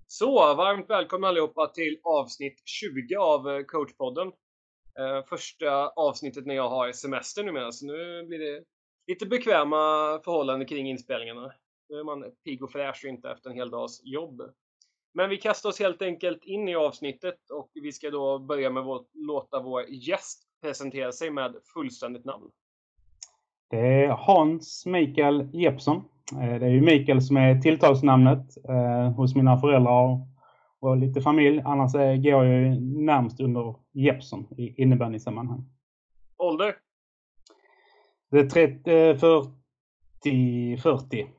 Så, varmt välkomna allihopa till avsnitt 20 av Coachpodden. Första avsnittet när jag har semester numera, så nu blir det lite bekväma förhållanden kring inspelningarna. Nu är man pigg och fräsch och inte efter en hel dags jobb. Men vi kastar oss helt enkelt in i avsnittet och vi ska då börja med att låta vår gäst presentera sig med fullständigt namn. Det är Hans Mikael Jeppsson. Det är ju Mikael som är tilltalsnamnet hos mina föräldrar och lite familj. Annars går jag ju närmast under Jeppsson i innebandysammanhang. Ålder? Det är 40.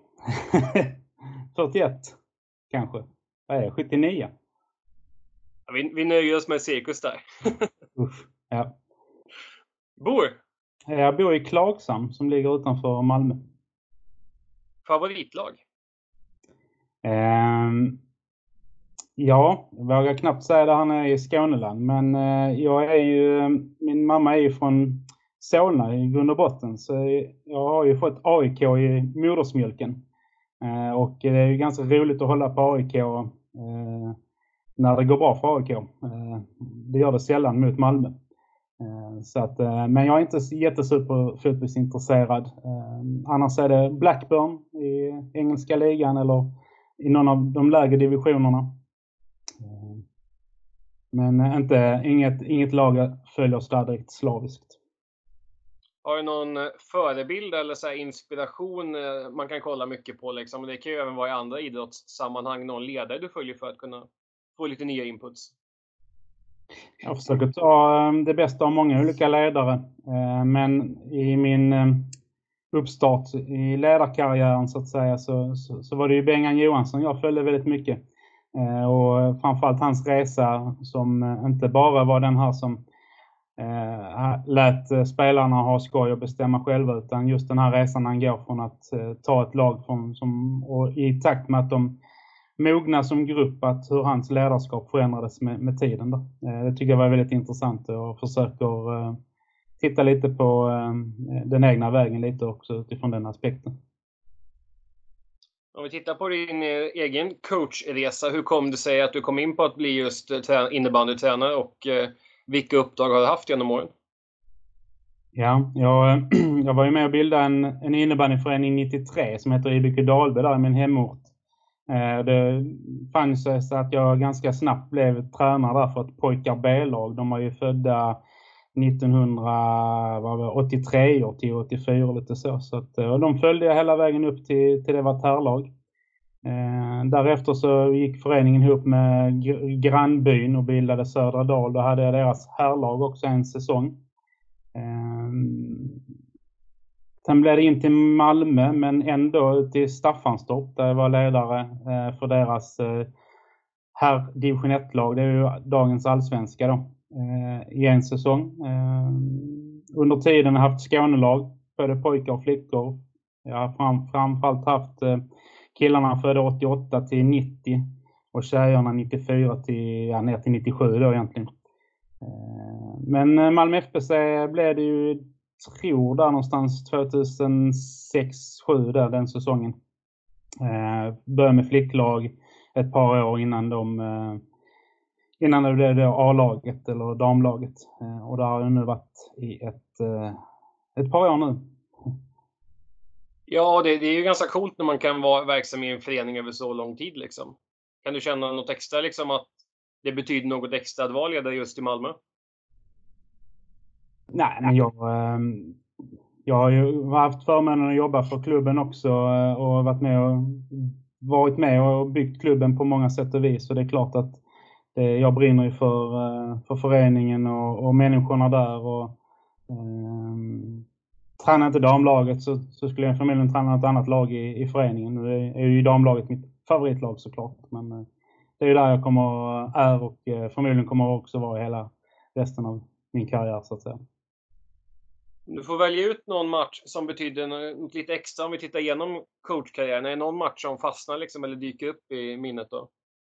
41 kanske. Vad är det? 79. Ja, vi nöjer oss med cirkus där. Uff, ja. Bor? Jag bor i Klagshamn som ligger utanför Malmö. Favoritlag? Ja, jag vågar knappt säga det, han är i Skåneland. Men min mamma är ju från Solna i grund och botten. Så jag har ju fått AIK i modersmjölken. Och det är ju ganska roligt att hålla på AIK när det går bra för AIK. Det gör det sällan mot Malmö. Så att, men jag är inte jättesuperfotbollsintresserad. Annars är det Blackburn i engelska ligan eller i någon av de lägre divisionerna. Men inget lag följer så direkt slaviskt. Har du någon förebild eller så här inspiration man kan kolla mycket på liksom? Det kan ju även vara i andra idrottssammanhang, någon ledare du följer för att kunna få lite nya inputs. Jag försöker ta det bästa av många olika ledare. Men i min uppstart i ledarkarriären så att säga så var det ju Bengan Johansson jag följde väldigt mycket. Och framförallt hans resa som inte bara var den här som lät spelarna ha skoj och bestämma själva, utan just den här resan han går från att ta ett lag och i takt med att de mogna som grupp, att hur hans ledarskap förändrades med tiden. Det tycker jag var väldigt intressant och försöker titta lite på den egna vägen lite också utifrån den aspekten. Om vi tittar på din egen coachresa, hur kom det sig att du kom in på att bli just innebandytränare och vilka uppdrag har du haft genom åren? Ja, jag var ju med och bildade en innebandyförening 93 som heter IBK Dalby där i min hemort. Det fanns så att jag ganska snabbt blev tränare där för ett pojkar B-lag. De var ju födda 1983 år till 84 lite så att de följde jag hela vägen upp till det var ett herrlag. Därefter så gick föreningen ihop med grannbyn och bildade Södra Dal. Då hade jag deras herrlag också en säsong. Sen blev det in till Malmö, men ändå till Staffanstorp där jag var ledare för deras division 1-lag. Det är ju dagens allsvenska då, i en säsong. Under tiden har jag haft Skånelag, både pojkar och flickor. Jag har framförallt haft killarna födda 88 till 90 och tjejerna 94 ner till 97 då egentligen. Men Malmö FBC blev det ju, tror där någonstans 2006-2007 där den säsongen. Började med flicklag ett par år innan det blev A-laget eller damlaget. Och där har jag nu varit i ett par år nu. Ja, det är ju ganska coolt när man kan vara verksam i en förening över så lång tid liksom. Kan du känna något extra liksom att det betyder något extra att vara ledare just i Malmö? Nej, men jag har ju haft förmånen att jobba för klubben också och varit med och byggt klubben på många sätt och vis. Så det är klart att jag brinner ju för föreningen och människorna där. Och tränar inte damlaget så skulle jag förmodligen träna ett annat lag i föreningen. Nu är ju damlaget mitt favoritlag såklart. Men det är ju där jag är och förmodligen kommer också vara i hela resten av min karriär så att säga. Du får välja ut någon match som betyder något lite extra om vi tittar igenom coachkarriären. Är det någon match som fastnar liksom, eller dyker upp i minnet då?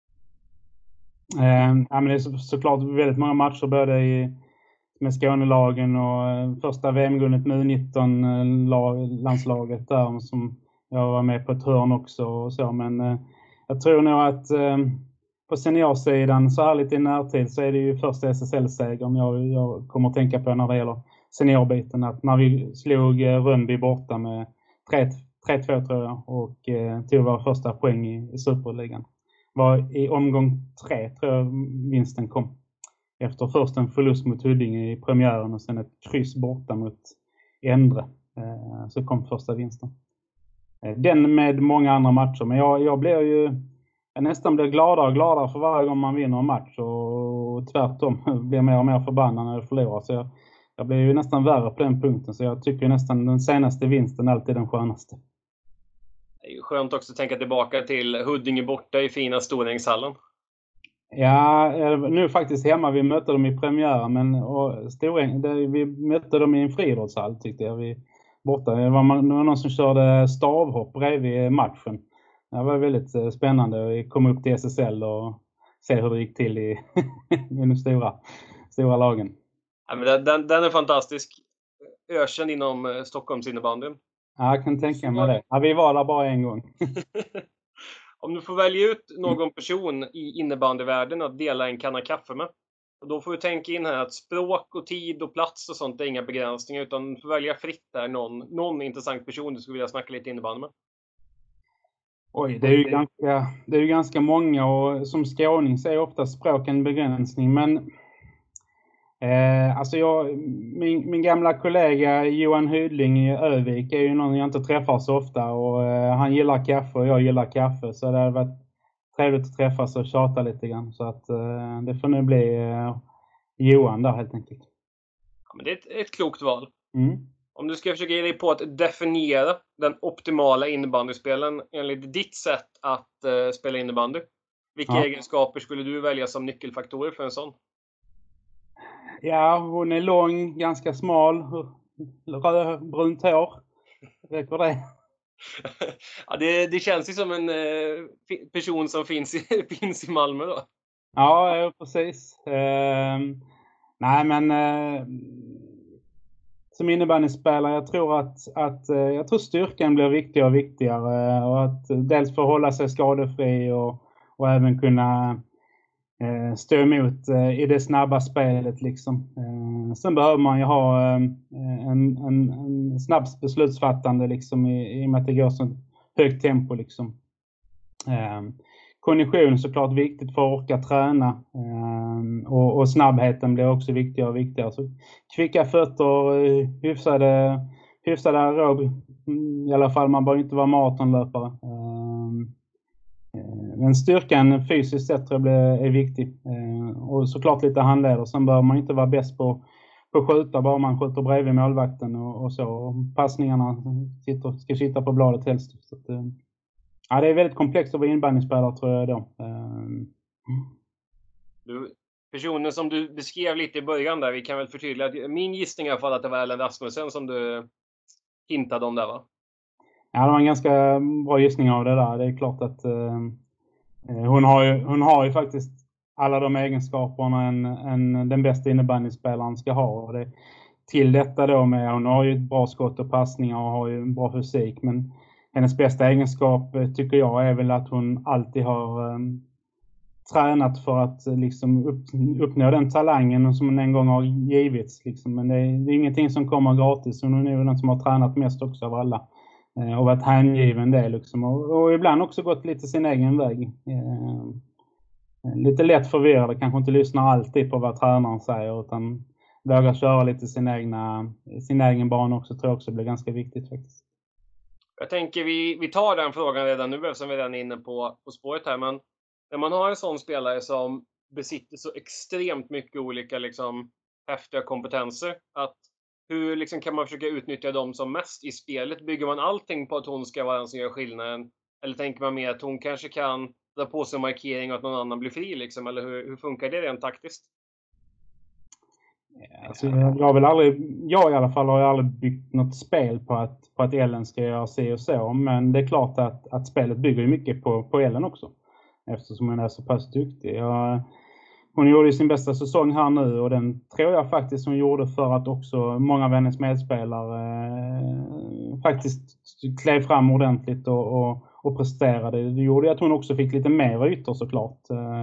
Ja, men det är såklart väldigt många matcher både med Skånelagen och första VM-guldet med U19-landslaget där som jag var med på ett hörn också och så. Men jag tror nog att på seniorsidan så här lite i närtid så är det ju första SSL-segern jag kommer att tänka på när det gäller seniorbiten. Att när vi slog Rönnby borta med 3-2 tror jag och tog vår första poäng i Superligan. Var i omgång 3 tror jag vinsten kom. Efter först en förlust mot Huddinge i premiären och sen ett kryss borta mot Endre så kom första vinsten. Den med många andra matcher. Men jag nästan blir gladare och gladare för varje gång man vinner en match. Och tvärtom blir mer och mer förbannad när jag förlorar. Så jag blir ju nästan värre på den punkten. Så jag tycker nästan den senaste vinsten är alltid den skönaste. Det är ju skönt också att tänka tillbaka till Huddinge borta i fina Storängshallen. Ja, nu faktiskt hemma. Vi mötte dem i premiären. Men vi mötte dem i en friidrottshall tyckte jag. Borta. Det var någon som körde stavhopp bredvid matchen. Det var väldigt spännande. Vi kom upp till SSL och se hur det gick till i de stora lagen. Ja, men den är fantastisk. Ökänd inom Stockholms innebandyn. Ja, jag kan tänka mig det. Ja, vi var där bara en gång. Om du får välja ut någon person i innebandyvärlden att dela en kanna kaffe med. Och då får du tänka in här att språk och tid och plats och sånt är inga begränsningar. Utan du får välja fritt där någon intressant person du skulle vilja snacka lite innebandy med. Oj, det är ju ganska många och som skåning så är ofta språk en begränsning. Men min gamla kollega Johan Hydling i Övik är ju någon jag inte träffar så ofta. Och han gillar kaffe och jag gillar kaffe. Så det har varit trevligt att träffas och tjata lite grann. Så att det får nu bli Johan där helt enkelt. Ja, men det är ett klokt val. Mm. Om du ska försöka ge dig på att definiera den optimala innebandyspelen enligt ditt sätt att spela innebandy. Vilka egenskaper skulle du välja som nyckelfaktorer för en sån? Ja, hon är lång, ganska smal, brunt hår. Räcker det? Ja, det känns ju som en person som finns i Malmö då. Ja, precis. Nej, men som innebandyspelare, jag tror styrkan blir viktigare och viktigare. Och att dels få hålla sig skadefri och även kunna stå emot i det snabba spelet liksom. Sen behöver man ju ha en snabb beslutsfattande liksom i och med att det går så högt tempo liksom. Kondition är såklart viktigt för att orka träna och snabbheten blir också viktigare och viktigare. Så kvicka fötter, hyfsade aerob, i alla fall man bör inte vara maratonlöpare. Men styrkan fysiskt sett tror jag är viktig. Och såklart lite handleder. Sen bör man inte vara bäst på att skjuta, bara man skjuter bredvid målvakten och så. Och passningarna ska sitta på bladet helst. Så att, ja, det är väldigt komplext att vara innebandyspelare tror jag då. Personen som du beskrev lite i början där, vi kan väl förtydliga. Min gissning är i alla fall att det var Ellen Rasmussen som du hintade om där, va? Ja, det var en ganska bra gissning av det där. Det är klart att hon har ju faktiskt alla de egenskaperna den bästa innebandyspelaren ska ha. Och till detta då med, hon har ju ett bra skott och passningar och har ju en bra fysik. Men hennes bästa egenskap tycker jag är väl att hon alltid har tränat för att liksom uppnå den talangen som hon en gång har givits. Liksom. Men det är ingenting som kommer gratis. Hon är nog den som har tränat mest också av alla. Och varit hängiven det liksom. Och ibland också gått lite sin egen väg. Lite lätt förvirrad. Kanske inte lyssnar alltid på vad tränaren säger. Utan vågar köra lite sin egen bana också. Tror jag också blir ganska viktigt faktiskt. Jag tänker vi tar den frågan redan nu eftersom vi redan är inne på spåret här. Men när man har en sån spelare som besitter så extremt mycket olika liksom häftiga kompetenser. Att hur liksom kan man försöka utnyttja dem som mest i spelet? Bygger man allting på att hon ska vara den som gör skillnaden? Eller tänker man mer att hon kanske kan dra på sig en markering och att någon annan blir fri liksom? Eller hur funkar det rent taktiskt? Alltså, jag i alla fall har aldrig byggt något spel på att Ellen ska göra sig och så. Men det är klart att spelet bygger mycket på Ellen också. Eftersom hon är så pass duktig. Hon gjorde sin bästa säsong här nu och den tror jag faktiskt hon gjorde för att också många av hennes medspelare faktiskt klev fram ordentligt och och presterade. Det gjorde att hon också fick lite mer ytor såklart.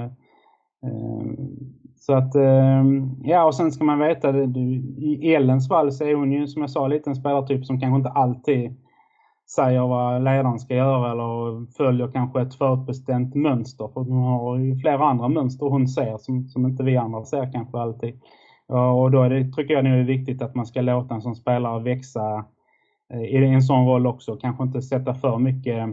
Så att, ja, och sen ska man veta, i Ellens fall så är hon ju, som jag sa, lite en spelartyp som kanske inte alltid säger vad ledaren ska göra eller följer kanske ett förutbestämt mönster. För hon har ju flera andra mönster hon ser som inte vi andra ser kanske alltid. Och då tycker jag det är viktigt att man ska låta en sån spelare växa i en sån roll också. Kanske inte sätta för mycket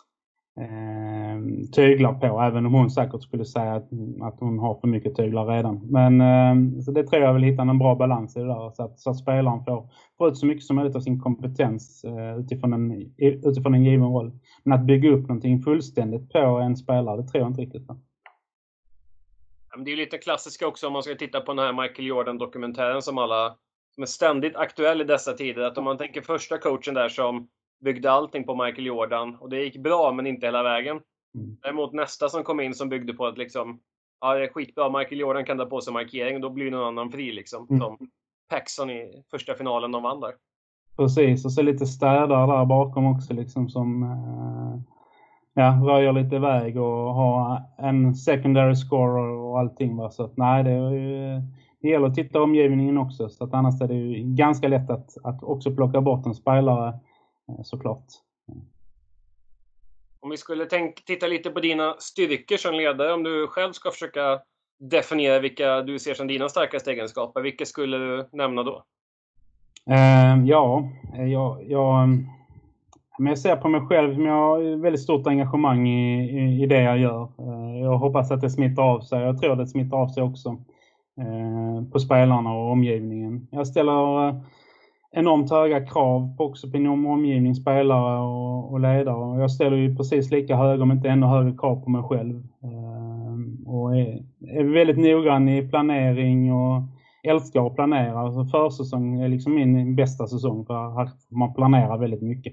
tyglar på, även om hon säkert skulle säga att hon har för mycket tyglar redan. Men så det tror jag vill hitta en bra balans i det där, så att spelaren får ut så mycket som möjligt av sin kompetens utifrån en given roll. Men att bygga upp någonting fullständigt på en spelare, det tror jag inte riktigt på. Det är lite klassiska också om man ska titta på den här Michael Jordan-dokumentären som är ständigt aktuell i dessa tider. Att om man tänker första coachen där som byggde allting på Michael Jordan och det gick bra men inte hela vägen. Däremot nästa som kom in som byggde på att liksom, ja, det är skitbra, Michael Jordan kan ta på sig markering och då blir någon annan fri liksom. Som Paxson i första finalen de vann där. Precis, och så lite städare där bakom också liksom som röjer lite väg och har en secondary scorer och allting. Va? Så att, nej, det gäller att titta omgivningen också, så att annars är det ju ganska lätt att också plocka bort en spelare såklart. Om vi skulle titta lite på dina styrkor som ledare, om du själv ska försöka definiera vilka du ser som dina starkaste egenskaper, vilka skulle du nämna då? Men jag ser på mig själv, men jag har väldigt stort engagemang i det jag gör. Jag hoppas att det smittar av sig. Jag tror det smittar av sig också på spelarna och omgivningen. Jag ställer enormt höga krav också på omgivning, spelare och ledare. Jag ställer ju precis lika höga, om inte ännu högre krav på mig själv. Och är väldigt noggrann i planering och älskar att planera. Alltså försäsong är liksom min bästa säsong, för här man planerar väldigt mycket.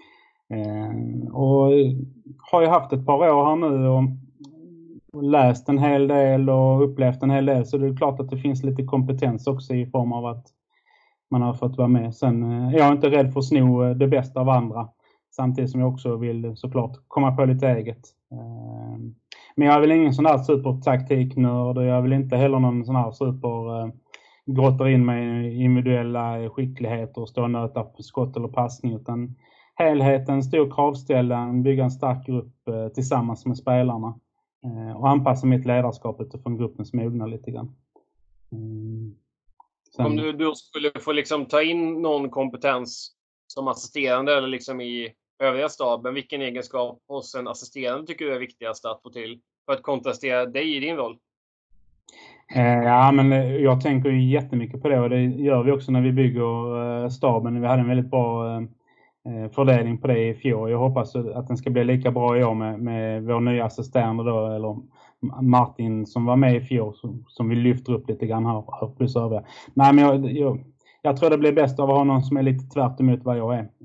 Och har jag haft ett par år här nu och läst en hel del och upplevt en hel del, så det är klart att det finns lite kompetens också i form av att man har fått vara med. Sen är jag inte rädd för att sno det bästa av andra, samtidigt som jag också vill såklart komma på lite eget. Men jag är väl ingen sån här supertaktiknörd, och jag vill inte heller någon sån här grottar in mig i individuella skickligheter och stå och nöta på skott eller passning, utan helheten, stor kravställan, bygga en stark grupp tillsammans med spelarna och anpassa mitt ledarskap utifrån gruppens mogna lite grann. Om du skulle få liksom ta in någon kompetens som assisterande eller liksom i övriga staben, vilken egenskap hos en assisterande tycker du är viktigast att få till för att kontrastera dig i din roll? Ja, men jag tänker ju jättemycket på det, och det gör vi också när vi bygger staben. Vi hade en väldigt bra fördelning på det i fjol. Jag hoppas att den ska bli lika bra i år med vår nya assisterande då, eller Martin som var med i fjol, som vi lyfter upp lite grann här plus övriga. Nej, men jag tror det blir bäst av att ha någon som är lite tvärt emot vad jag är.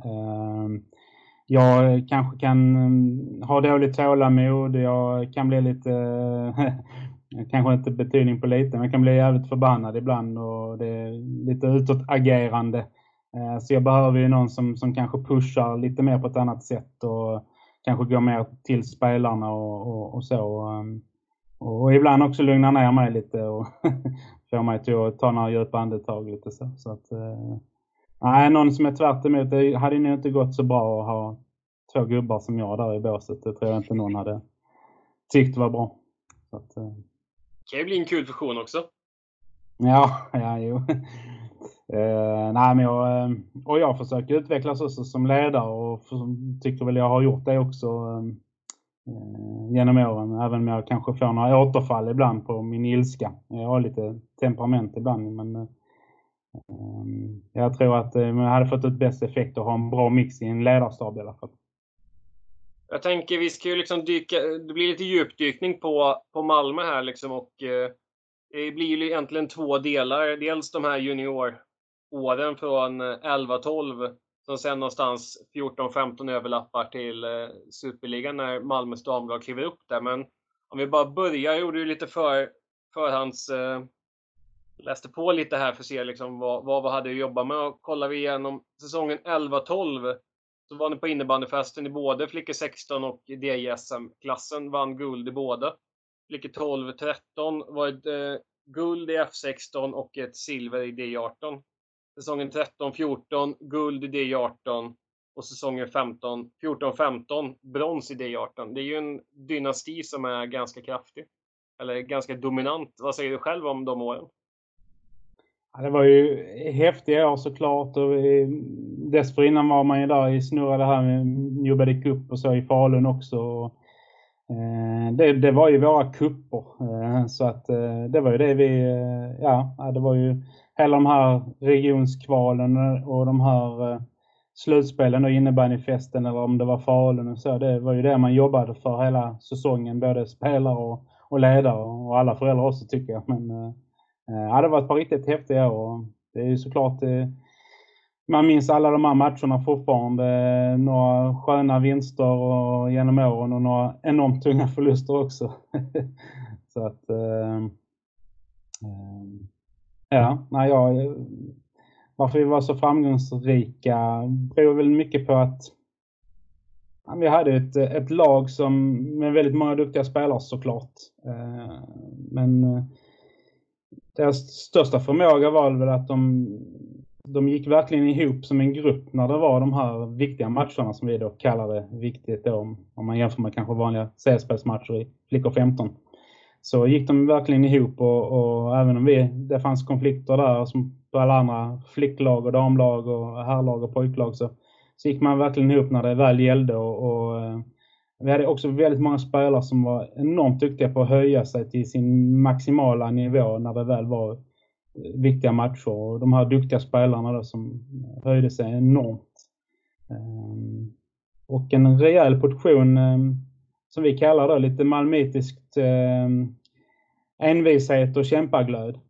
Jag kanske kan ha dåligt tålamod, jag kan bli lite kanske inte betydning på lite, men jag kan bli jävligt förbannad ibland, och det är lite utåtagerande. Så jag behöver ju någon som kanske pushar lite mer på ett annat sätt och kanske går mer till spelarna och så. Och ibland också lugnar ner mig lite och får mig till att ta några djupa andetag lite så. Så att, nej, någon som är tvärt emot, det hade nog inte gått så bra att ha 2 gubbar som jag där i båset. Det tror jag inte någon hade tyckt var bra. Så att, det kan ju bli en kul fusion också. Ja, jo. Nej, men jag försöker utvecklas också som ledare, och tycker väl jag har gjort det också genom åren, även om jag kanske får några återfall ibland på min ilska. Jag har lite temperament ibland, men jag tror att jag hade fått ett bäst effekt att ha en bra mix i en ledarstab i alla fall. Jag tänker vi ska ju liksom det blir lite djupdykning på Malmö här liksom, och det blir ju egentligen 2 delar. Dels de här junioråren från 11-12 som sen någonstans 14-15 överlappar till Superligan när Malmös damlag kliver upp där. Men om vi bara börjar, jag gjorde ju lite förhands läste på lite här för att se liksom vad hade jag jobbat med, och kollar vi igenom säsongen 11-12 Så var ni på innebandyfesten i både Flickor 16 och DJSM-klassen. Vann guld i båda. Flickor 12-13 var ett guld i F16 och ett silver i DJ18. Säsongen 13-14 guld i DJ18. Och säsongen 14-15 brons i DJ18. Det är ju en dynasti som är ganska kraftig. Eller ganska dominant. Vad säger du själv om de åren? Ja, det var ju häftiga år såklart. Och dessförinnan var man ju där i snurrade här med Newbery Cup och så i Falun också. Det var ju våra kupper. Så att det var ju det vi... det var ju hela de här regionskvalen och de här slutspelen och innebandyfesten eller om det var Falun och så. Det var ju det man jobbade för hela säsongen. Både spelare och ledare och alla föräldrar också tycker jag. Men det var ett par riktigt häftiga år. Det är ju såklart... Man minns alla de här matcherna fortfarande. Några sköna vinster och genom åren och några enormt tunga förluster också. Så att... varför vi var så framgångsrika beror väl mycket på att vi hade ett lag som med väldigt många duktiga spelare såklart. Men deras största förmåga var väl att de gick verkligen ihop som en grupp när det var de här viktiga matcherna som vi då kallade viktigt då, om man jämför med kanske vanliga CSP-matcher i Flickor 15. Så gick de verkligen ihop och även om det fanns konflikter där som på alla andra flicklag och damlag och herrlag och pojklag så gick man verkligen ihop när det väl gällde och vi hade också väldigt många spelare som var enormt duktiga på att höja sig till sin maximala nivå när det väl var viktiga matcher och de här duktiga spelarna då som höjde sig enormt. Och en rejäl portion som vi kallar då lite malmitiskt envishet och kämpaglöd.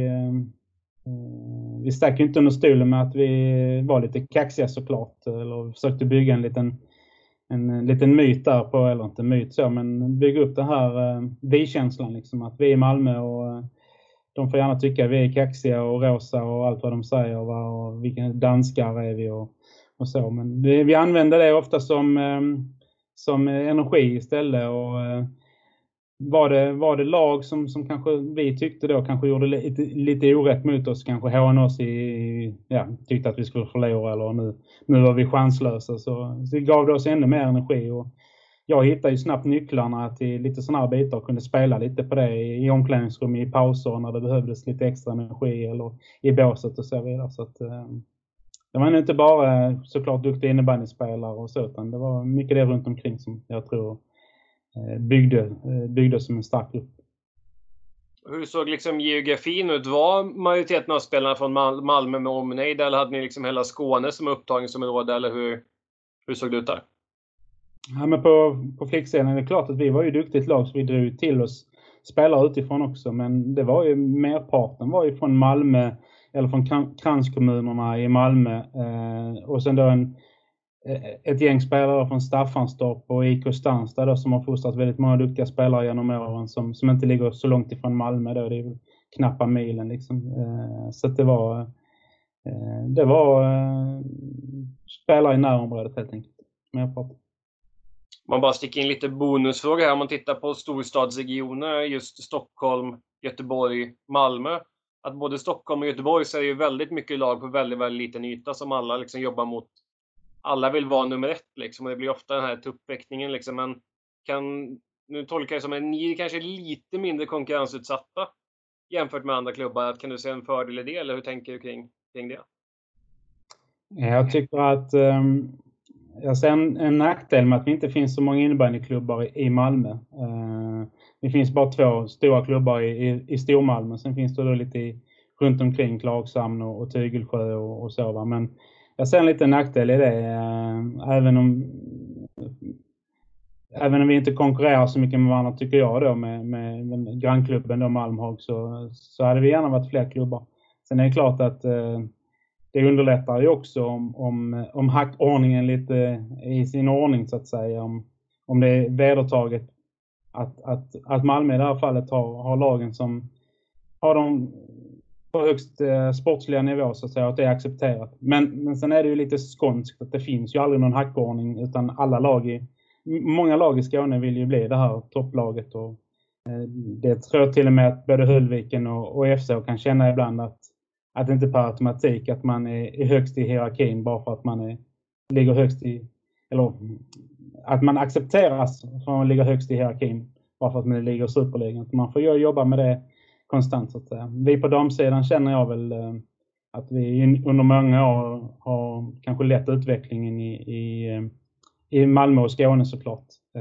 Vi stack ju inte under stolen med att vi var lite kaxiga såklart eller försökte bygga en liten myt där på, eller inte myt så, men bygga upp den här vi-känslan liksom, att vi är i Malmö och de får gärna tycka att vi är kaxiga och rosa och allt vad de säger och vilka danskar är vi och så, men vi använder det ofta som energi istället och var det lag som kanske vi tyckte då kanske gjorde lite orätt mot oss, kanske hån oss tyckte att vi skulle förlora eller nu var vi chanslösa så gav det oss ännu mer energi och jag hittade ju snabbt nycklarna till lite sådana här bitar och kunde spela lite på det i omklädningsrum, i pauser när det behövdes lite extra energi eller i båset och så vidare. Så att, det var inte bara såklart duktiga innebandyspelare och så, utan det var mycket det runt omkring som jag tror byggde som en stark grupp. Hur såg liksom geografin ut? Var majoriteten av spelarna från Malmö med omnejd eller hade ni liksom hela Skåne som upptagningsområde eller hur såg det ut där? Ja, men på flickscenen är det klart att vi var ju duktigt lag så vi drog till oss spelare utifrån också, men det var ju merparten var ju från Malmö eller från kranskommunerna i Malmö och sen då ett gäng spelare från Staffanstorp och IK Stanstad då, som har fostrat väldigt många duktiga spelare genom åren som inte ligger så långt ifrån Malmö då, det är väl knappa milen liksom. Så att det var spelare i närområdet helt enkelt. Man bara sticker in lite bonusfråga här om man tittar på storstadsregioner, just Stockholm, Göteborg, Malmö. Att både Stockholm och Göteborg så är ju väldigt mycket lag på väldigt, väldigt liten yta som alla liksom jobbar mot. Alla vill vara nummer ett liksom och det blir ofta den här tuppväckningen liksom. Men nu tolkar jag som att ni är kanske lite mindre konkurrensutsatta jämfört med andra klubbar. Kan du se en fördel i det eller hur tänker du kring det? Jag tycker att jag ser en nackdel med att det inte finns så många innebandyklubbar i Malmö. Det finns bara 2 stora klubbar i Stormalmö. Sen finns det då lite runt omkring Klagshamn och Tygelsjö och så. Va? Men jag ser en liten nackdel i det. Även om vi inte konkurrerar så mycket med varandra tycker jag då med grannklubben då Malmhag så hade vi gärna varit fler klubbar. Sen är det klart att det underlättar ju också om hackordningen lite i sin ordning så att säga. Om det är vedertaget att Malmö i det här fallet har lagen som har de på högst sportsliga nivå så att säga, att det är accepterat. Men sen är det ju lite skånskt att det finns ju aldrig någon hackordning, utan många lag i Skåne vill ju bli det här topplaget, och det tror jag till och med att både Höllviken och FC kan känna ibland att det inte per automatik att man är högst i hierarkin bara för att man ligger högst i, eller att man accepteras från att ligga högst i hierarkin bara för att man ligger i Superligan. Man får ju jobba med det konstant så att säga. Vi på damsidan känner jag väl att vi under många år har kanske lett utvecklingen i Malmö och Skåne såklart.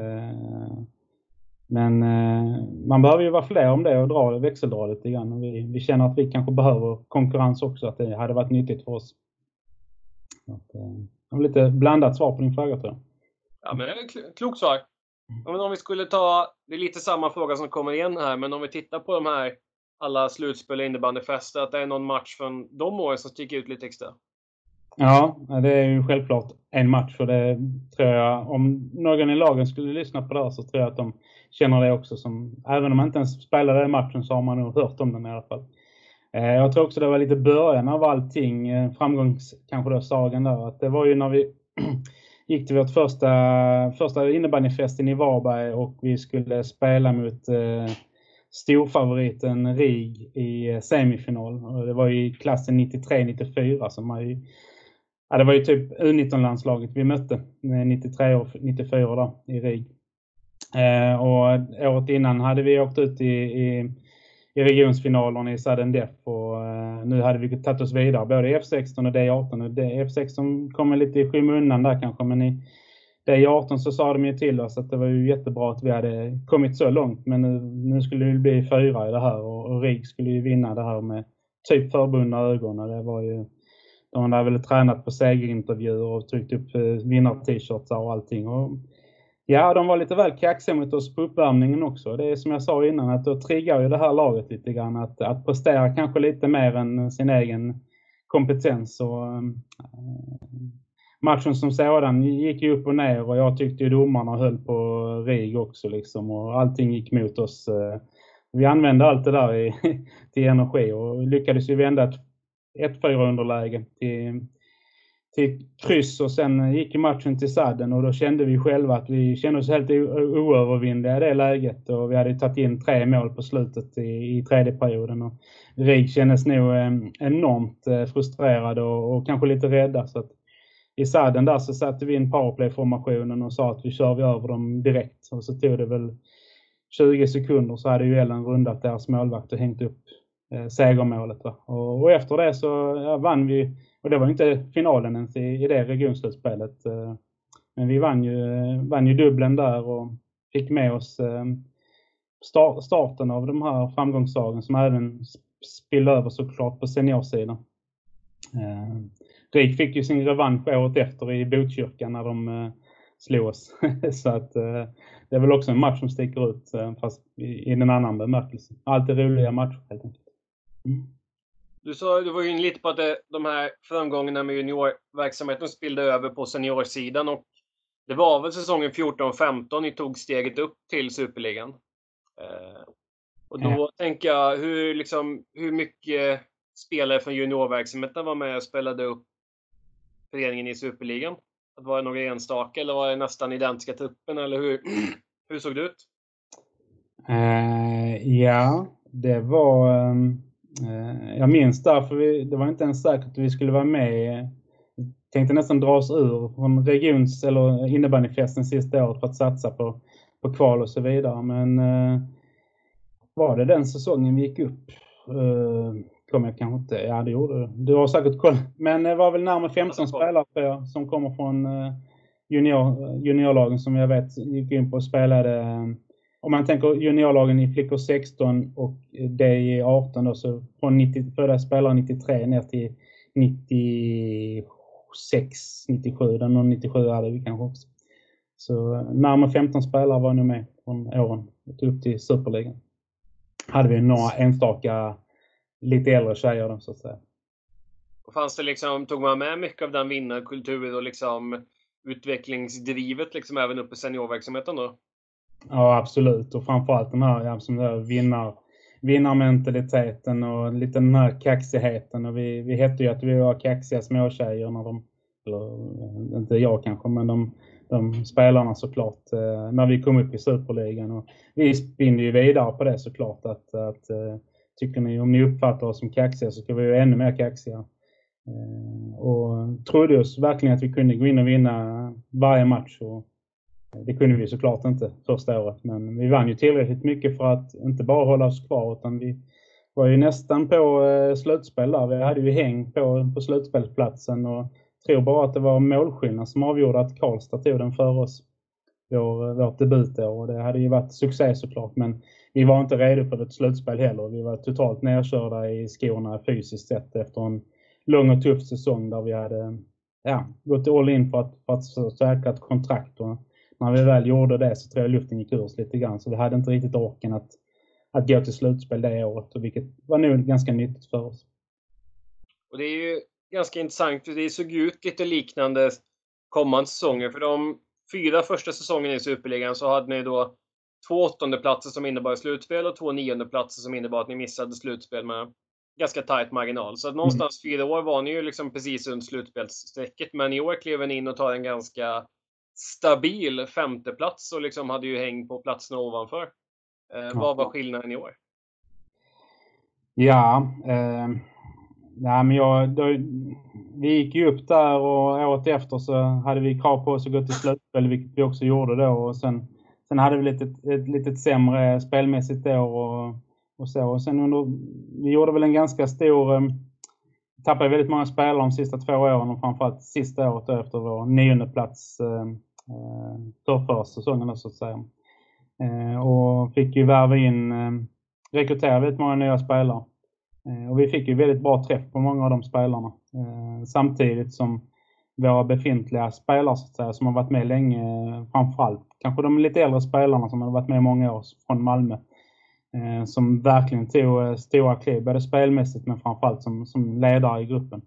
Men man behöver ju vara fler om det och växeldra lite grann. Vi känner att vi kanske behöver konkurrens också, att det hade varit nyttigt för oss. Det var lite blandat svar på din fråga tror jag. Ja, men det är klokt svar. Men om vi skulle det är lite samma fråga som kommer igen här, men om vi tittar på de här alla slutspel och innebandyfester, att det är någon match från de åren som sticker ut lite extra. Ja, det är ju självklart en match, och det tror jag, om någon i lagen skulle lyssna på det här, så tror jag att de känner det också. Även om man inte ens spelade den matchen så har man nog hört om den i alla fall. Jag tror också det var lite början av allting, kanske då sagan där, att det var ju när vi gick till vårt första innebandyfesten i Varberg och vi skulle spela mot storfavoriten RIG i semifinal. Och det var i klassen 93-94 som det var ju typ U19-landslaget vi mötte 93 och 94 då i RIG. Och året innan hade vi åkt ut i regionsfinalen i Sudden Death, och nu hade vi tagit oss vidare både i F16 och D18. Och F16 kommer lite i skymundan där kanske, men i D18 så sa de ju till oss att det var ju jättebra att vi hade kommit så långt, men nu skulle det bli 4 i det här, och RIG skulle ju vinna det här med typ förbundna ögon. Och det var ju, de hade väl tränat på segerintervjuer och tryckt upp vinnar-t-shirts och allting. Och ja, de var lite väl kaxiga mot oss på uppvärmningen också. Det är som jag sa innan, att då triggar ju det här laget lite grann att prestera kanske lite mer än sin egen kompetens. Och matchen som sådan gick ju upp och ner, och jag tyckte ju domarna höll på RIG också liksom, och allting gick mot oss. Vi använde allt det där till energi och lyckades ju vända ett 4 underläge till kryss, och sen gick matchen till Sudden, och då kände vi själva att vi kände oss helt oövervinnliga i det läget, och vi hade tagit in 3 mål på slutet i tredje perioden, och RIG kändes nog enormt frustrerade och kanske lite rädda, så att i Sudden där så satte vi in powerplay-formationen och sa att vi kör över dem direkt, och så tog det väl 20 sekunder så hade ju Ellen rundat deras målvakt och hängt upp segermålet. Va? Och efter det så vann vi, och det var inte finalen ens i det regionslutspelet, men vi vann ju dubblen där och fick med oss starten av de här framgångssagen som även spillde över såklart på seniorsidan. RIG fick ju sin revansch året efter i Botkyrka när de slog oss. Så att det är väl också en match som sticker ut, fast i en annan bemärkelse. Alltid roliga matcher helt enkelt. Du var ju in lite på att de här framgångarna med juniorverksamheten spillde över på seniorsidan, och det var väl säsongen 14-15 ni tog steget upp till Superligan. Och då tänker jag, hur mycket spelare från juniorverksamheten var med och spelade upp föreningen i Superligan? Att var det några enstaka, eller var det nästan identiska truppen, eller hur såg det ut? Ja, det var jag minns därför det var inte ens säkert att vi skulle vara med. Tänkte nästan dra oss ur från regions- eller innebandyfesten sista året för att satsa på kval och så vidare. Men var det den säsongen vi gick upp? Kommer jag kanske inte. Ja, det gjorde det. Du har säkert koll. Men det var väl närmare 15 spelare som kommer från juniorlagen som jag vet gick in på och spelade. Om man tänker juniorlagen i flickor 16 och D18 då, så från födda spelare 93 ner till 96, 97. Den och 97 hade vi kanske också. Så närmare 15 spelare var nu med från åren upp till Superligan. Hade vi några enstaka lite äldre tjejer då, så att säga. Och fanns det tog man med mycket av den vinnarkulturen och utvecklingsdrivet även upp i seniorverksamheten då? Ja, absolut. Och framförallt den här som vinnarmentaliteten och lite den här kaxigheten. Och vi hette ju att vi var kaxiga småtjejer när eller inte jag kanske, men de spelarna såklart, när vi kom upp i Superligan. Och vi spinner ju vidare på det såklart, att tycker ni, om ni uppfattar oss som kaxiga så ska vi ju ännu mer kaxiga. Och trodde oss verkligen att vi kunde gå in och vinna varje match, och det kunde vi såklart inte första året, men vi vann ju tillräckligt mycket för att inte bara hålla oss kvar, utan vi var ju nästan på slutspel där. Vi hade ju häng på slutspelsplatsen, och tror bara att det var målskillnad som avgjorde att Karlstad tog den för oss, vårt debutår, och det hade ju varit succé såklart, men vi var inte redo för ett slutspel heller. Vi var totalt nedkörda i skorna fysiskt sett efter en lång och tuff säsong där vi hade gått all in för att säkra ett kontrakt, och när vi väl gjorde det så tror jag luften gick ur oss lite grann, så vi hade inte riktigt orken att gå till slutspel det året, och vilket var nog ganska nyttigt för oss. Och det är ju ganska intressant, för det såg ut lite liknande kommande säsonger. För de 4 första säsongerna i Superligan så hade ni då 2 åttondeplatser som innebar slutspel och 2 niondeplatser som innebar att ni missade slutspel med ganska tajt marginal. Så att någonstans 4 år var ni ju liksom precis runt slutspelsstrecket, men i år klev ni in och tar en ganska stabil 5:e plats och liksom hade ju häng på platserna ovanför. Vad var skillnaden i år? Vi gick ju upp där, och året efter så hade vi krav på oss att gå till slutspel, vilket vi också gjorde då, och sen hade vi ett lite sämre spelmässigt år och så. Och sen vi gjorde väl en ganska stor, tappade väldigt många spelare de sista 2 åren, och framförallt sista året efter vår 9:e plats förra säsongen så att säga. Och fick ju rekrytera väldigt många nya spelare. Och vi fick ju väldigt bra träff på många av de spelarna. Samtidigt som våra befintliga spelare så att säga, som har varit med länge, framförallt kanske de lite äldre spelarna som har varit med många år från Malmö, som verkligen tog stora kliv, både spelmässigt men framförallt som ledare i gruppen.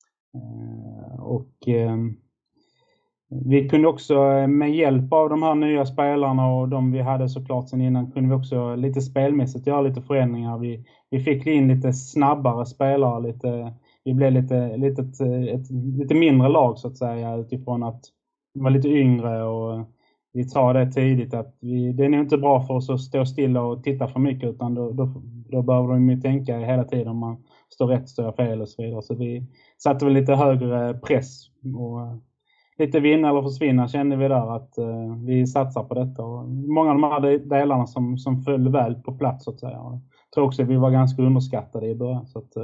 Vi kunde också med hjälp av de här nya spelarna och de vi hade såklart sen innan, kunde vi också lite spelmässigt göra lite förändringar. Vi fick in lite snabbare spelare, vi blev lite mindre lag så att säga, utifrån att vi var lite yngre, och vi tar det tidigt att det är nog inte bra för oss att stå stilla och titta för mycket, utan då behöver de ju tänka hela tiden om man står rätt, står fel och så vidare. Så vi satte väl lite högre press och lite vinna eller försvinna kände vi där, att vi satsar på detta. Och många av de här delarna som föll väl på plats så att säga. Jag tror också att vi var ganska underskattade i början. Så att,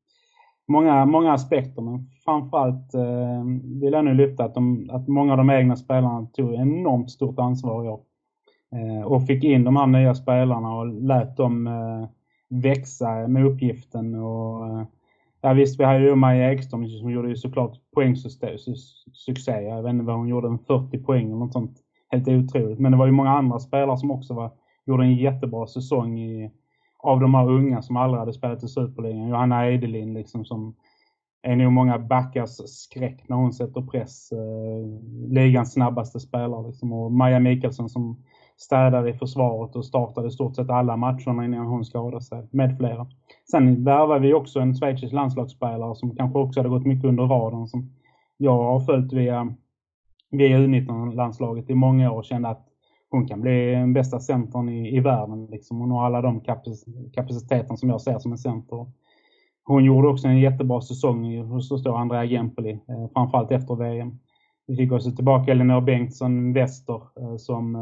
många aspekter, men framförallt vill jag nu lyfta att många av de egna spelarna tog enormt stort ansvar i år. Och fick in de här nya spelarna och lät dem växa med uppgiften. Och ja visst, vi hade ju Maja Ekström som gjorde ju såklart poängsuccé. Jag vet inte vad hon gjorde, 40 poäng eller något sånt. Helt otroligt. Men det var ju många andra spelare som också gjorde en jättebra säsong av de här unga som aldrig hade spelat i Superligan. Johanna Edelin liksom, som är nog många backars skräck när hon sätter press. Ligans snabbaste spelare liksom. Och Maja Mikkelsson som städade i försvaret och startade i stort sett alla matcherna innan hon skadade sig, med flera. Sen värvade vi också en schweizisk landslagsspelare som kanske också hade gått mycket under radarn, som jag har följt via U19-landslaget i många år och kände att hon kan bli den bästa centern i världen. Liksom. Hon har alla de kapaciteten som jag ser som en center. Hon gjorde också en jättebra säsong hos Andrea Gempoli, framförallt efter VM. Vi fick också tillbaka Elinor Bengtsson Wester som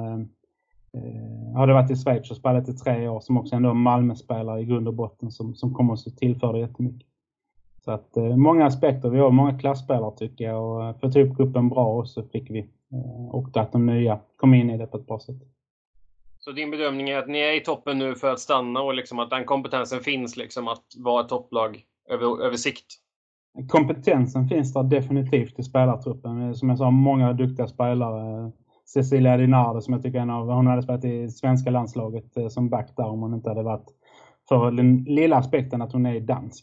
hade varit i Schweiz och spelat i 3 år, som också ändå Malmö-spelare i grund och botten som kommer att tillföra jättemycket. Så att många aspekter, vi har många klassspelare tycker jag, och för att ta upp gruppen bra, och så fick vi och att de nya kom in i det på ett bra sätt. Så din bedömning är att ni är i toppen nu för att stanna, och liksom att den kompetensen finns liksom att vara ett topplag över sikt? Kompetensen finns där definitivt i spelartruppen. Som jag sa, många duktiga spelare. Cecilia Dinardo som jag tycker hon hade spelat i svenska landslaget som back där, om hon inte hade varit för den lilla aspekten att hon är dansk.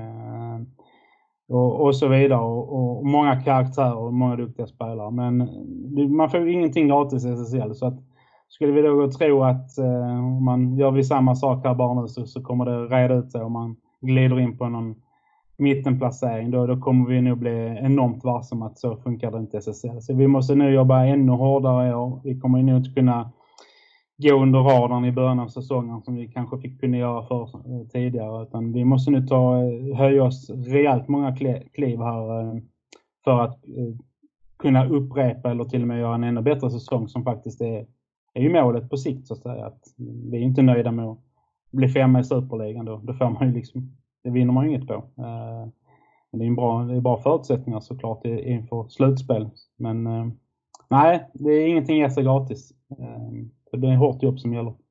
Och så vidare. Och många karaktärer och många duktiga spelare. Men man får ju ingenting gratis i SSL. skulle vi då tro att om man gör vi samma sak här bara nu så kommer det reda ut sig om man glider in på någon mittenplacering. Då kommer vi nog bli enormt varsam att så funkar det inte SSL. Så vi måste nu jobba ännu hårdare i år. Vi kommer nog inte kunna gå under radarn i början av säsongen som vi kanske fick kunna göra för tidigare. Utan vi måste nu höja oss rejält många kliv här för att kunna upprepa eller till och med göra en ännu bättre säsong som faktiskt är ju målet på sikt så att säga. Att vi är inte nöjda med att bli 5 i Superligan då får man ju liksom, det vinner man ju inget på. Men det är bra förutsättningar såklart inför slutspel. Men nej, det är ingenting är så gratis. Det är hårt jobb som gäller.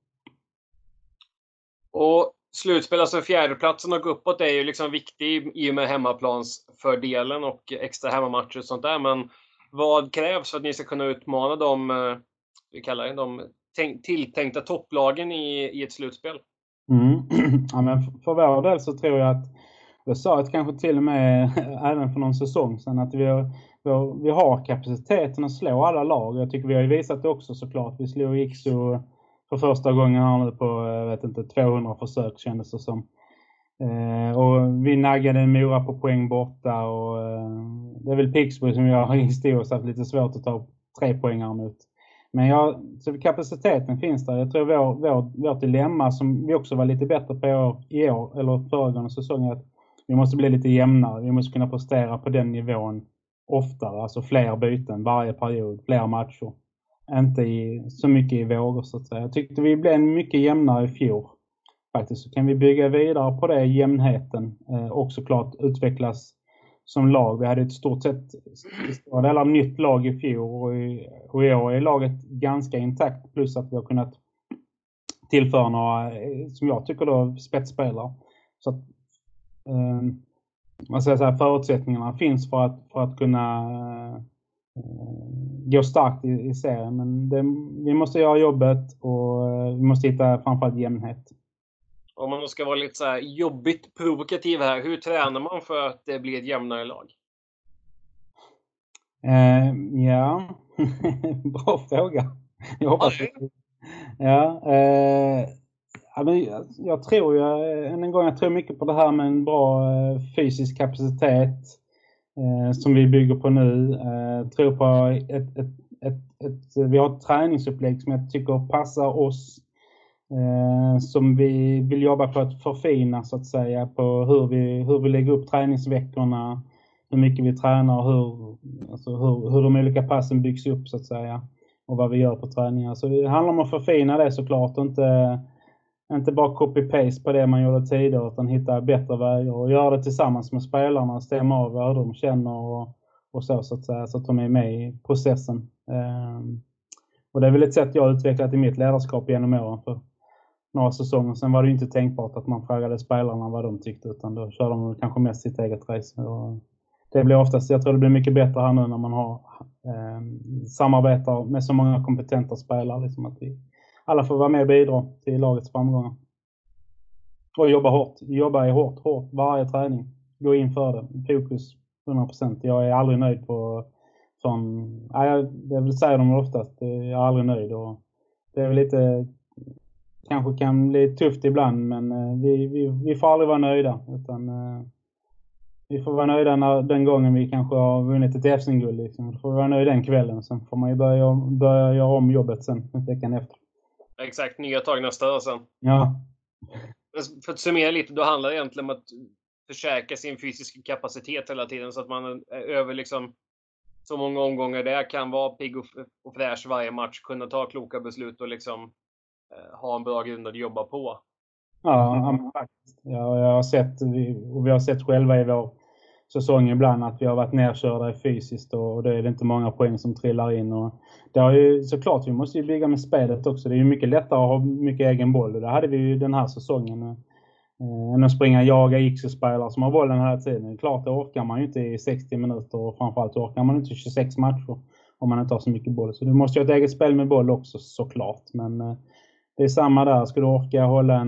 Och slutspel, alltså fjärdeplatsen och uppåt är ju liksom viktig i och med hemmaplansfördelen och extra hemmamatcher och sånt där. Men vad krävs för att ni ska kunna utmana de tilltänkta topplagen i ett slutspel? Ja, men för vår del så tror jag att jag sa att kanske till och med även för någon säsong sedan att vi har kapaciteten att slå alla lag. Jag tycker vi har ju visat det också såklart. Vi slog Iksu för första gången här nu på 200 försök kändes det som. Och vi naggade Mora på poäng borta och det är väl Pixbo som jag har historiskt haft lite svårt att ta 3 poängar mot. Men så kapaciteten finns där. Jag tror vårt dilemma som vi också var lite bättre på i år eller föregående säsong är att vi måste bli lite jämnare. Vi måste kunna prestera på den nivån oftare. Alltså fler byten varje period, fler matcher. Inte så mycket i vågor så att säga. Jag tyckte vi blev mycket jämnare i fjol. Faktiskt så kan vi bygga vidare på det jämnheten och såklart utvecklas som lag. Vi hade ett stort sett stora delar av nytt lag i fjol och i år är laget ganska intakt plus att vi har kunnat tillföra några som jag tycker då spetsspelare. Så att man säger så här, förutsättningarna finns för att kunna gå starkt i serien. Men vi måste göra jobbet och vi måste hitta framförallt jämnhet. Om man ska vara lite så här jobbigt provokativ här, hur tränar man för att det blir ett jämnare lag? Ja, bra fråga. Jag hoppas jag tror jag tror mycket på det här med en bra fysisk kapacitet som vi bygger på nu. Tror på vi har ett träningsupplägg som jag tycker passar oss. Som vi vill jobba på att förfina så att säga på hur vi lägger upp träningsveckorna, hur mycket vi tränar, hur de olika passen byggs upp så att säga och vad vi gör på träningar. Så det handlar om att förfina det såklart och inte bara copy-paste på det man gjorde tidigare utan hitta bättre vägar och göra det tillsammans med spelarna, stämma av vad de känner och så att säga så att de är med i processen. Och det är väl ett sätt jag har utvecklat i mitt ledarskap genom åren för några säsonger. Sen var det ju inte tänkbart att man frågade spelarna vad de tyckte utan då kör de kanske mest sitt eget race. Och det blir oftast, jag tror det blir mycket bättre här nu när man har samarbetar med så många kompetenta spelare liksom att vi alla får vara med och bidra till lagets framgångar. Och jobba hårt. Jobba hårt varje träning. Gå in för det. Fokus 100%. Jag är aldrig nöjd det vill säga de oftast. Jag är aldrig nöjd och det är väl lite kanske kan bli tufft ibland men vi får aldrig vara nöjda utan vi får vara nöjda den gången vi kanske har vunnit ett FC-guld liksom. Då får vi vara nöjda den kvällen sen får man ju börja göra om jobbet sen veckan efter. Exakt, nya tag nästa år sen. Ja. För att summera lite, då handlar det egentligen om att försäkra sin fysiska kapacitet hela tiden så att man över liksom så många omgångar där kan vara pigg och fräsch varje match, kunna ta kloka beslut och liksom ha en bra grund att jobba på. Ja, faktiskt. Ja, jag har sett, vi har sett själva i vår säsong ibland att vi har varit nerkörda fysiskt och då är det inte många poäng som trillar in. Och det har ju såklart, vi måste ju bygga med spelet också. Det är ju mycket lättare att ha mycket egen boll och det hade vi ju den här säsongen. Än att springa jaga X-spelare som har bollen hela tiden. Det är klart, det orkar man ju inte i 60 minuter och framförallt orkar man inte 26 matcher om man inte har så mycket boll. Så du måste ju ha ett eget spel med boll också såklart. Men det är samma där. Ska du orka hålla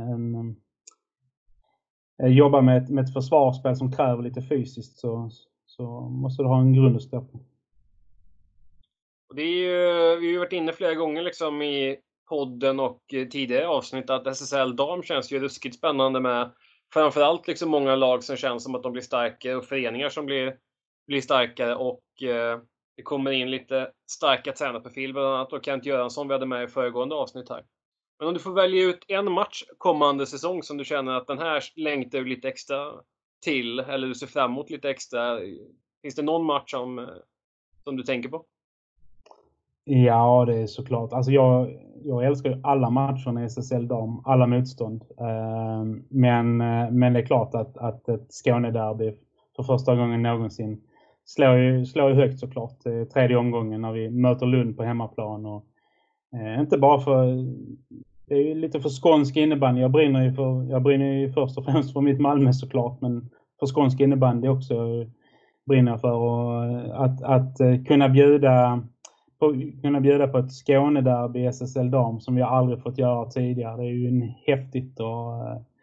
jobba med ett försvarsspel som kräver lite fysiskt så måste du ha en grund att stå på. Och det är ju, vi har ju varit inne flera gånger liksom i podden och tidigare avsnitt att SSL Dam känns ju ruskigt spännande med framförallt liksom många lag som känns som att de blir starkare och föreningar som blir starkare och det kommer in lite starka tränarprofiler, bland annat och Kent Göransson vi hade med i föregående avsnitt här. Men om du får välja ut en match kommande säsong som du känner att den här längtar du lite extra till eller du ser fram emot lite extra. Finns det någon match som du tänker på? Ja, det är såklart. Alltså jag älskar ju alla matcherna i SSL Dam, alla motstånd. Men det är klart att ett Skånederby för första gången någonsin slår ju högt såklart. Tredje omgången när vi möter Lund på hemmaplan. Och, inte bara för... Det är ju lite för skånsk innebandy. Jag brinner ju först och främst för mitt Malmö såklart. Men för skånsk innebandy också brinner jag för. Och att kunna bjuda på ett Skånederby i SSL Dam som vi aldrig fått göra tidigare. Det är ju häftigt och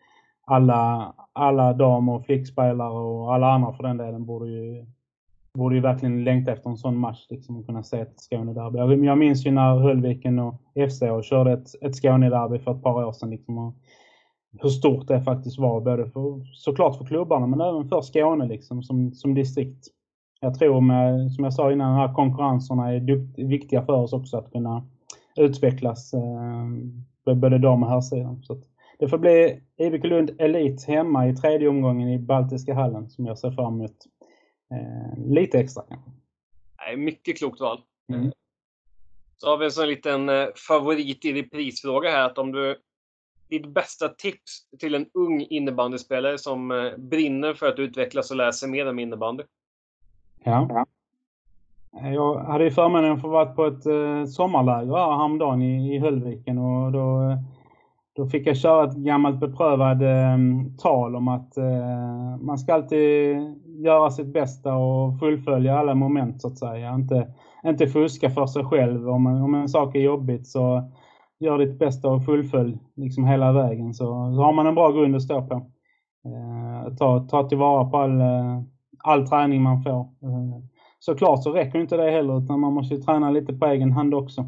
alla dam- och flickspelare och alla andra för den delen borde ju verkligen längta efter en sån match liksom, och kunna se ett Skånederby. Jag minns ju när Höllviken och FCH körde ett Skånederby för ett par år sedan liksom, och hur stort det faktiskt var både såklart för klubbarna men även för Skåne liksom, som distrikt. Jag tror som jag sa innan, de här konkurrenserna är viktiga för oss också att kunna utvecklas både dam- och herrsidan. Så det får bli IBK Lund Elite hemma i tredje omgången i Baltiska hallen som jag ser fram emot lite extra kanske. Nej, mycket klokt val. Mm. Så har vi en sån liten favorit i reprisfråga här att om du ditt bästa tips till en ung innebandyspelare som brinner för att utvecklas och lära sig mer om innebandy. Ja. Jag hade ju förmånen att få vara på ett sommarläger här häromdagen i Höllviken och då fick jag köra ett gammalt beprövad tal om att man ska alltid göra sitt bästa och fullfölja alla moment så att säga. Inte fuska för sig själv. Om en sak är jobbigt så gör ditt bästa och fullfölj liksom hela vägen så har man en bra grund att stå på. Ta tillvara på all träning man får. Såklart så räcker inte det heller utan man måste ju träna lite på egen hand också.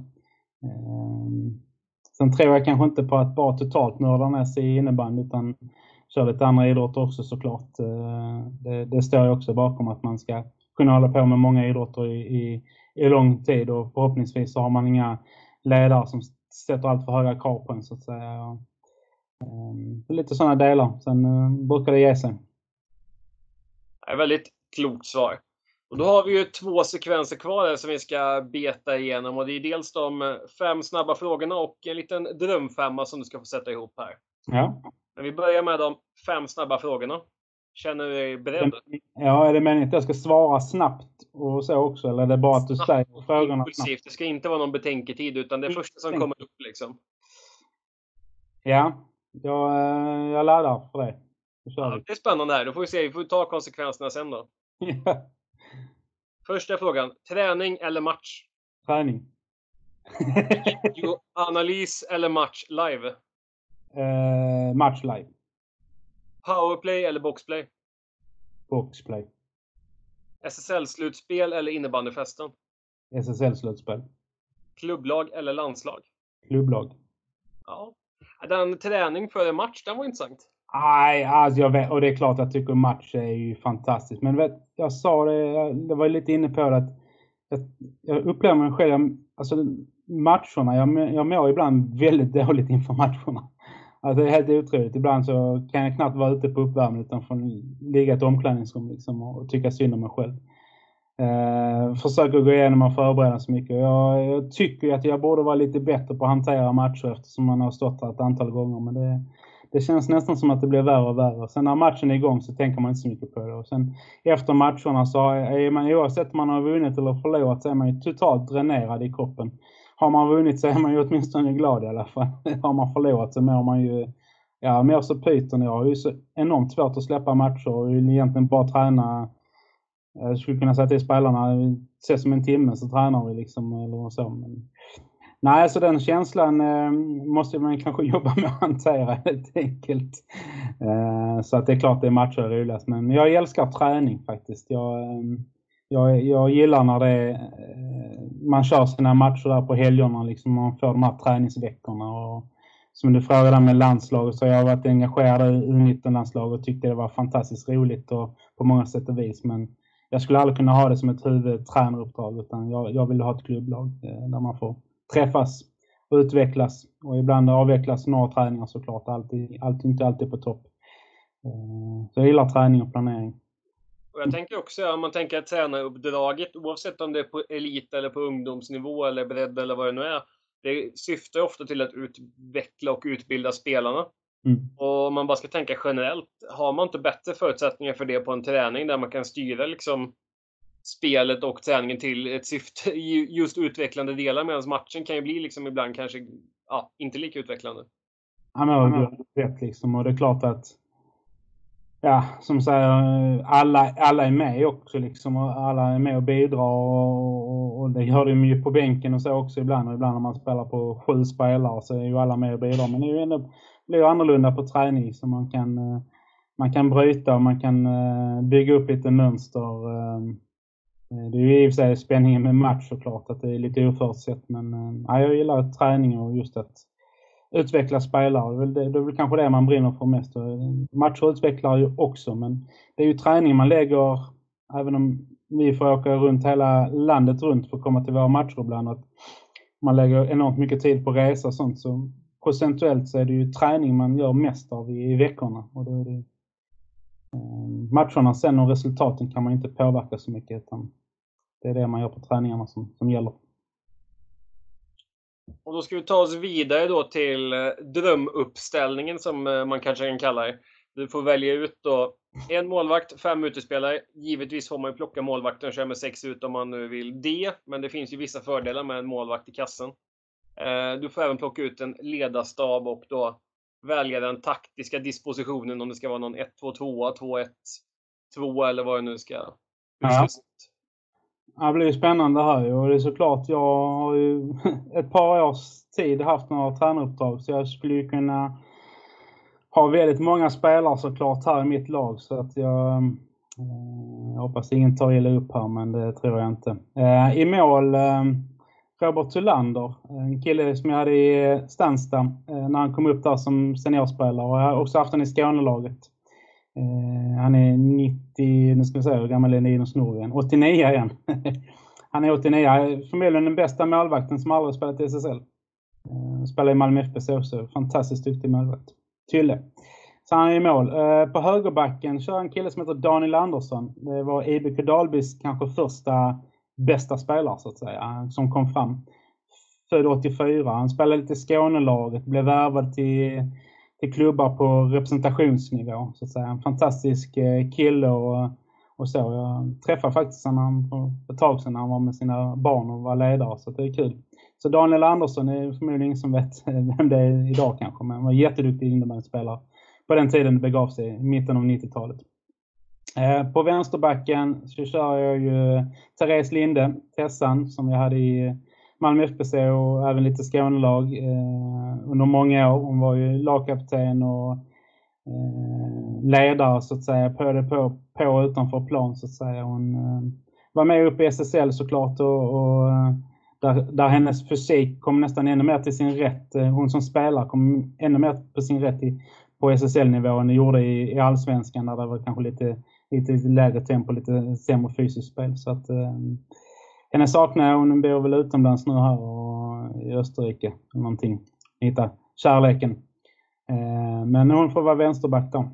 Sen tror jag kanske inte på att bara totalt nörda med sig i innebandy utan kör lite andra idrotter också såklart. Det står ju också bakom att man ska kunna hålla på med många idrotter i lång tid och förhoppningsvis så har man inga ledare som sätter allt för höga krav på en så att säga. Lite sådana delar. Sen brukar det ge sig. Det är väldigt klokt svar. Och då har vi ju 2 sekvenser kvar som vi ska beta igenom och det är dels de 5 snabba frågorna och en liten drömfemma som du ska få sätta ihop här. Ja. Men vi börjar med de 5 snabba frågorna. Känner du dig beredd? Ja, är det meningen att jag ska svara snabbt och så också? Eller är det bara att du säger frågorna snabbt? Det ska inte vara någon betänketid utan det är första som kommer upp liksom. Ja, jag laddar för det. Ja, det är spännande här. Då får vi se. Vi får ta konsekvenserna sen då. Ja. Första frågan. Träning eller match? Träning. Analys eller match live? Match live. Powerplay eller boxplay? Boxplay. SSL-slutspel eller innebandyfesten? SSL-slutspel. Klubblag eller landslag? Klubblag. Ja. Den träning före match, den var intressant. Nej, alltså jag vet, och det är klart jag tycker match är ju fantastiskt. Men vet, jag sa det, jag var lite inne på det att jag upplever mig själv, alltså matcherna, jag mår ibland väldigt dåligt inför matcherna. Alltså det är helt otroligt. Ibland så kan jag knappt vara ute på uppvärmning utan få ligga i ett omklädningsrum liksom och tycka synd om mig själv. Försöker gå igenom och förbereda så mycket. Jag tycker att jag borde vara lite bättre på att hantera matcher eftersom man har stått här ett antal gånger. Men det känns nästan som att det blir värre och värre. Sen när matchen är igång så tänker man inte så mycket på det. Och sen efter matcherna så är man, oavsett om man har vunnit eller förlorat, så är man ju totalt dränerad i kroppen. Har man vunnit så är man ju åtminstone glad i alla fall. Har man förlorat så mår man ju mer så pyton. Jag har ju så enormt svårt att släppa matcher och vill egentligen bara träna. Jag skulle kunna säga till spelarna, ses som en timme så tränar vi liksom eller så. Men, nej, så den känslan måste man kanske jobba med att hantera helt enkelt. Så att det är klart det är matcher är roligast. Men jag älskar träning faktiskt. Jag gillar när man kör sina matcher där på helgerna liksom, man får de här träningsveckorna. Och som du frågade med landslaget, så jag har varit engagerad i U19-landslaget och tyckte det var fantastiskt roligt och på många sätt och vis. Men jag skulle aldrig kunna ha det som ett huvudtränaruppdrag, utan jag vill ha ett klubblag där man får träffas och utvecklas. Och ibland avvecklas några träningar såklart, inte alltid på topp. Så jag gillar träning och planering. Och jag tänker också, om man tänker tränaruppdraget, oavsett om det är på elit eller på ungdomsnivå eller bredd eller vad det nu är, det syftar ofta till att utveckla och utbilda spelarna. Och om man bara ska tänka generellt, har man inte bättre förutsättningar för det på en träning där man kan styra liksom spelet och träningen till ett syfte, just utvecklande delar, medan matchen kan ju bli liksom ibland kanske inte lika utvecklande. Ja, men du har rätt liksom, och det är klart att som säger, alla är med också liksom, och alla är med och bidrar och det gör de ju på bänken och så också ibland, och ibland när man spelar på 7 spelare så är ju alla med och bidrar, men det är ju ändå, blir ju annorlunda på träning, så man kan bryta och man kan bygga upp lite mönster. Det är ju i och för sig spänningen med match såklart, att det är lite oförutsett, men jag gillar träning och just att utveckla spelare. Det är väl kanske det man brinner för mest. Matcher utvecklar ju också, men det är ju träning man lägger, även om vi får åka runt hela landet runt för att komma till våra matcher ibland, att man lägger enormt mycket tid på resa och sånt, så procentuellt så är det ju träning man gör mest av i veckorna, och då är det matcherna sen och resultaten kan man inte påverka så mycket, utan det är det man gör på träningarna som gäller. Och då ska vi ta oss vidare då till drömuppställningen, som man kanske kan kalla det. Du får välja ut då en målvakt, 5 utespelare. Givetvis får man ju plocka målvakten och köra med 6 ut om man nu vill det. Men det finns ju vissa fördelar med en målvakt i kassen. Du får även plocka ut en ledarstab och då välja den taktiska dispositionen, om det ska vara någon 1-2-2, 2-1-2 eller vad det nu ska utsluta. Det blir ju spännande här, och det är såklart, jag har ju ett par års tid haft några tränaruppdrag, så jag skulle ju kunna ha väldigt många spelare såklart här i mitt lag, så att jag hoppas ingen tar illa upp här, men det tror jag inte. I mål Robert Thulander, en kille som jag hade i Stansta när han kom upp där som seniorspelare, och jag har också haft han i Skånelaget. Han är 90, nu ska vi säga hur gammal är Linus Norgren, 89 igen. Han är 89, förmodligen den bästa målvakten som aldrig spelat i SSL. Spelar i Malmö FBC också, fantastiskt duktig målvakt. Tylle. Så han är i mål. På högerbacken kör en kille som heter Daniel Andersson. Det var IBK Dalbys kanske första bästa spelare så att säga, som kom fram. Född 84, han spelade lite i Skånelaget, blev värvad till klubbar på representationsnivå så att säga. En fantastisk kille och så. Jag träffade faktiskt honom för ett tag sedan när han var med sina barn och var ledare, så det är kul. Så Daniel Andersson är förmodligen ingen som vet vem det är idag kanske, men han var jätteduktig innebandyspelare på den tiden det begav sig, i mitten av 90-talet. På vänsterbacken så kör jag ju Therese Linde, Tessan, som jag hade i Malmö FBC och även lite Skånelag under många år. Hon var ju lagkapten och ledare så att säga på och utanför plan så att säga. Hon var med upp i SSL såklart och där hennes fysik kom nästan ännu mer till sin rätt. Hon som spelar kom ännu mer på sin rätt på SSL-nivå än det gjorde i Allsvenskan, där det var kanske lite lägre tempo, lite sämre fysiskt spel. Så att henne saknar jag. Hon bor väl utomlands nu här och i Österrike någonting. Hitta kärleken. Men hon får vara vänsterback då.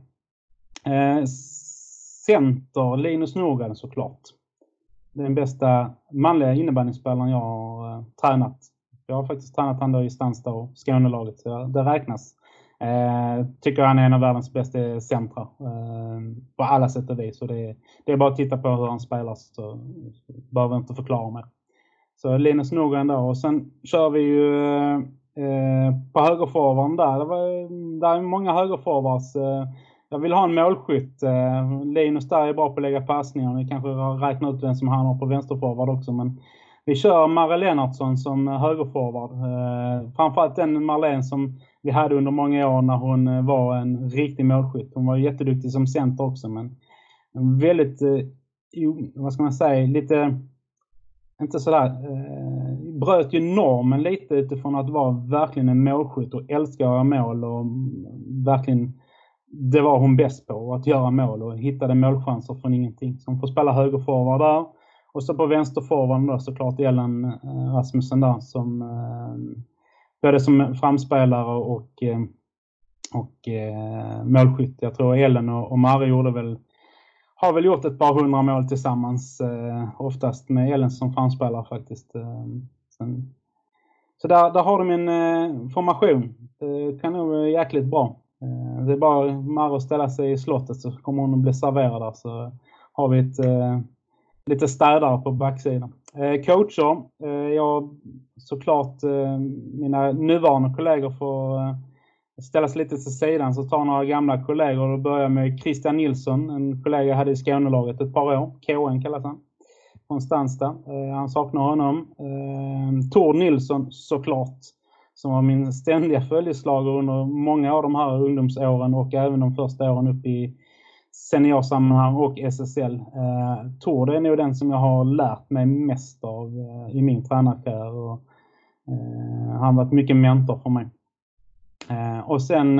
Center, Linus Norgren såklart. Den bästa manliga innebandyspelaren jag har tränat. Jag har faktiskt tränat han då i Stansta och Skånelaget, så det räknas. Tycker han är en av världens bästa centra på alla sätt och vis. Och det är bara att titta på hur han spelar, så behöver inte förklara mer. Så Linus Norgren då. Och sen kör vi ju på högerforwarden där. Där är många högerforwards. Jag vill ha en målskytt. Linus där är bra på att lägga passningar. Ni kanske räknar ut vem som han har på vänsterforward också. Men vi kör Marlene Lennartsson som högerforward. Framförallt den Marlene som vi hade under många år när hon var en riktig målskytt. Hon var jätteduktig som center också, men en väldigt vad ska man säga, lite, inte sådär, bröt ju normen lite utifrån att vara verkligen en målskytt och älska att göra mål och verkligen, det var hon bäst på, att göra mål och hittade målchanser från ingenting. Så hon får spela högerforward där. Och så på vänsterforwarden då såklart Ellen Rasmussen där som både som framspelare och målskytt. Jag tror Ellen och Mari har väl gjort ett par 100 mål tillsammans, oftast med Ellen som framspelare faktiskt. Så där har de en formation. Det kan nog vara jäkligt bra. Det är bara Mari att ställa sig i slottet så kommer hon att bli serverad där, så har vi lite städare på backsidan. Coacher, jag såklart mina nuvarande kollegor får ställa sig lite till sidan, så tar några gamla kollegor och börjar med Christian Nilsson, en kollega jag hade i Skånelaget ett par år. KN kallas han. Från Stansta. Han saknar honom. Tor Nilsson såklart, som var min ständiga följeslagare under många av de här ungdomsåren och även de första åren upp i seniorsammanhang och SSL. Tor, det är nog den som jag har lärt mig mest av i min tränarkarriär, och han har varit mycket mentor för mig. Och sen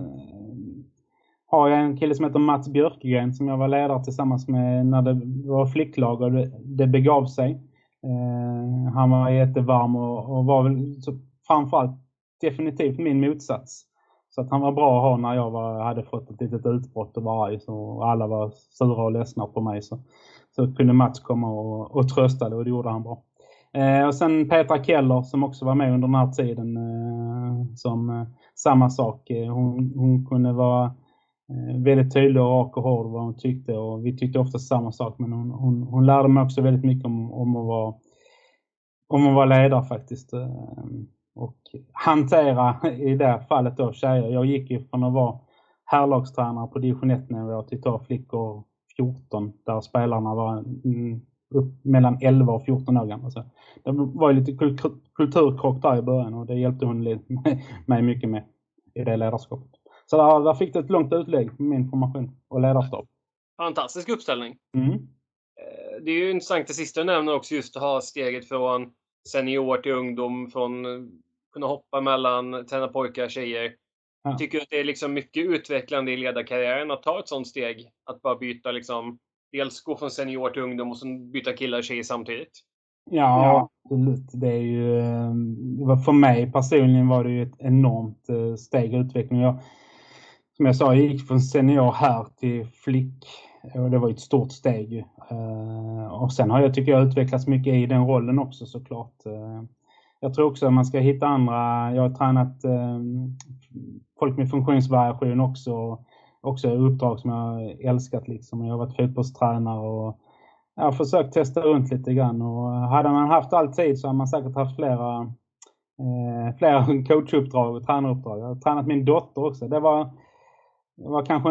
har jag en kille som heter Mats Björkegren som jag var ledare tillsammans med när det var flicklag och det begav sig. Han var jättevarm och var väl så framförallt definitivt min motsats. Så att han var bra att ha när jag hade fått ett litet utbrott och var arg, så alla var sura och ledsna på mig. Så kunde Mats komma och trösta det, och det gjorde han bra. Och sen Petra Keller som också var med under den här tiden, som samma sak. Hon kunde vara väldigt tydlig och rak och hård vad hon tyckte, och vi tyckte ofta samma sak, men hon lärde mig också väldigt mycket om att vara ledare faktiskt, och hantera i det fallet då tjejer. Jag gick ju från att vara herrlagstränare på division 1-nivå till ta flickor 14 där spelarna var upp mellan 11 och 14 år gamla. Så det var ju lite kulturkrock där i början, och det hjälpte hon mig mycket med i det ledarskapet. Så där fick det ett långt utlägg med information och ledarskap. Fantastisk uppställning. Det är ju intressant det sista du nämner också, just att ha steget från senior till ungdom, från kunna hoppa mellan träna pojkar och tjejer. Jag tycker att det är liksom mycket utvecklande i ledarkarriären att ta ett sånt steg. Att bara byta liksom, dels gå från senior till ungdom och sen byta killar och tjejer samtidigt. Ja, absolut. Det är ju, för mig personligen var det ju ett enormt steg i utvecklingen. Som jag sa, jag gick från senior här till flick, och det var ett stort steg. Och sen har jag utvecklats mycket i den rollen också såklart. Jag tror också att man ska hitta andra. Jag har tränat folk med funktionsvariation också uppdrag som jag älskat liksom. Jag har varit fotbollstränare och jag har försökt testa runt lite grann, och hade man haft all tid så hade man säkert haft flera coachuppdrag och tränaruppdrag. Jag har tränat min dotter också. Det var kanske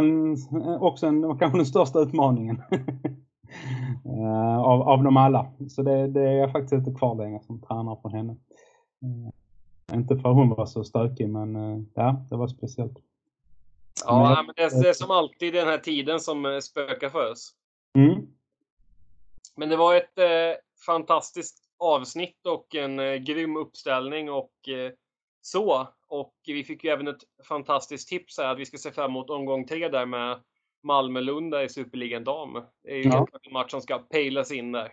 den största utmaningen av dem alla. Så det är jag faktiskt inte kvar längre som tränare för henne. Inte för hon var så stökig, men ja, det var speciellt. Ja, men det är som alltid den här tiden som spökar för oss. Men det var ett fantastiskt avsnitt och en grym uppställning och så. Och vi fick ju även ett fantastiskt tips här att vi ska se fram emot omgång 3 där med Malmö-Lund i Superligan Dam. Det är ju en match som ska pejlas in där.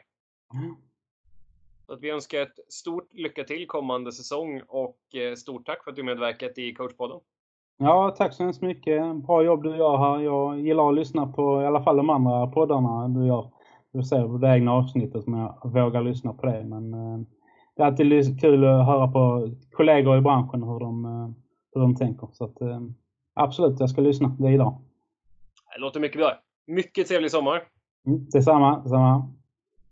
Så att vi önskar ett stort lycka till kommande säsong och stort tack för att du medverkat i Coachpodden. Ja, tack så hemskt mycket. Bra jobb du gör här. Jag gillar att lyssna på i alla fall de andra poddarna du gör. Du ser på det egna avsnittet, men jag vågar lyssna på det. Men det är alltid kul att höra på kollegor i branschen hur de tänker. Så att, absolut, jag ska lyssna vidare. Det låter mycket bra. Mycket trevlig sommar. Detsamma.